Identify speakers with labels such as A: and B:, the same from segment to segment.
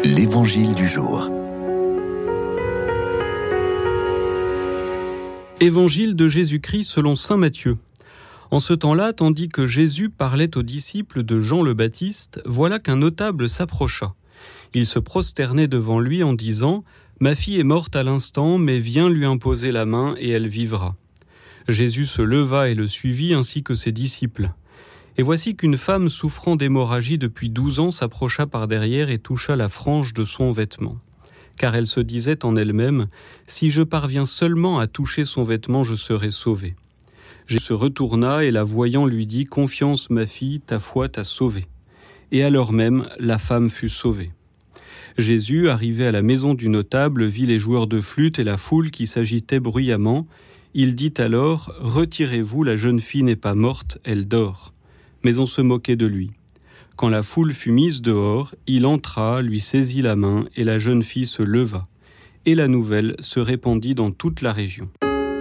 A: L'Évangile du jour.
B: Évangile de Jésus-Christ selon saint Matthieu. En ce temps-là, tandis que Jésus parlait aux disciples de Jean le Baptiste, voilà qu'un notable s'approcha. Il se prosternait devant lui en disant « Ma fille est morte à l'instant, mais viens lui imposer la main et elle vivra. » Jésus se leva et le suivit ainsi que ses disciples. Et voici qu'une femme souffrant d'hémorragie depuis 12 ans s'approcha par derrière et toucha la frange de son vêtement. Car elle se disait en elle-même « Si je parviens seulement à toucher son vêtement, je serai sauvée. » Jésus se retourna et la voyant lui dit « Confiance, ma fille, ta foi t'a sauvée. » Et à l'heure même, la femme fut sauvée. Jésus, arrivé à la maison du notable, vit les joueurs de flûte et la foule qui s'agitait bruyamment. Il dit alors « Retirez-vous, la jeune fille n'est pas morte, elle dort. » Mais on se moquait de lui. Quand la foule fut mise dehors, il entra, lui saisit la main, et la jeune fille se leva. Et la nouvelle se répandit dans toute la région.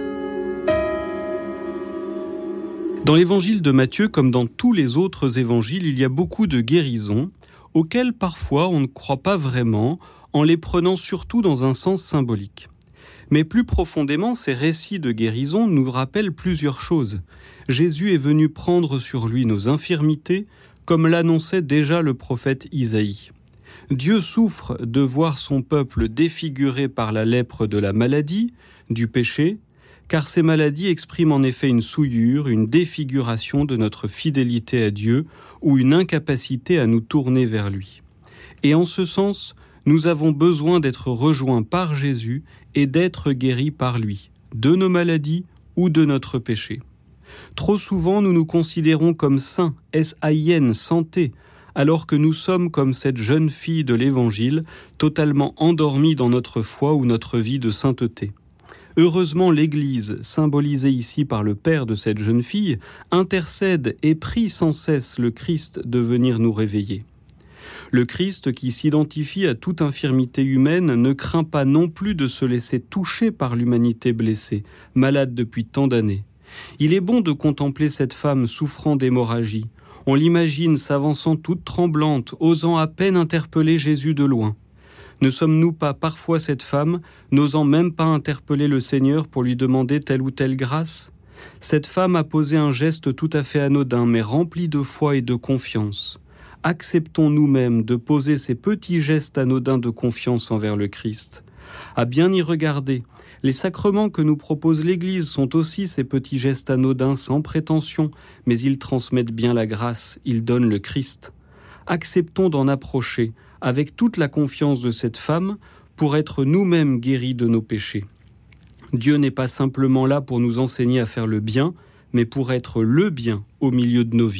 B: Dans l'évangile de Matthieu, comme dans tous les autres évangiles, il y a beaucoup de guérisons, auxquelles parfois on ne croit pas vraiment, en les prenant surtout dans un sens symbolique. Mais plus profondément, ces récits de guérison nous rappellent plusieurs choses. Jésus est venu prendre sur lui nos infirmités, comme l'annonçait déjà le prophète Isaïe. Dieu souffre de voir son peuple défiguré par la lèpre de la maladie, du péché, car ces maladies expriment en effet une souillure, une défiguration de notre fidélité à Dieu ou une incapacité à nous tourner vers lui. Et en ce sens, nous avons besoin d'être rejoints par Jésus et d'être guéris par lui, de nos maladies ou de notre péché. Trop souvent, nous nous considérons comme saints, S-A-I-N, santé, alors que nous sommes comme cette jeune fille de l'Évangile, totalement endormie dans notre foi ou notre vie de sainteté. Heureusement, l'Église, symbolisée ici par le père de cette jeune fille, intercède et prie sans cesse le Christ de venir nous réveiller. Le Christ, qui s'identifie à toute infirmité humaine, ne craint pas non plus de se laisser toucher par l'humanité blessée, malade depuis tant d'années. Il est bon de contempler cette femme souffrant d'hémorragie. On l'imagine s'avançant toute tremblante, osant à peine interpeller Jésus de loin. Ne sommes-nous pas parfois cette femme, n'osant même pas interpeller le Seigneur pour lui demander telle ou telle grâce ? Cette femme a posé un geste tout à fait anodin, mais rempli de foi et de confiance. Acceptons nous-mêmes de poser ces petits gestes anodins de confiance envers le Christ. À bien y regarder, les sacrements que nous propose l'Église sont aussi ces petits gestes anodins sans prétention, mais ils transmettent bien la grâce, ils donnent le Christ. Acceptons d'en approcher avec toute la confiance de cette femme pour être nous-mêmes guéris de nos péchés. Dieu n'est pas simplement là pour nous enseigner à faire le bien, mais pour être le bien au milieu de nos vies.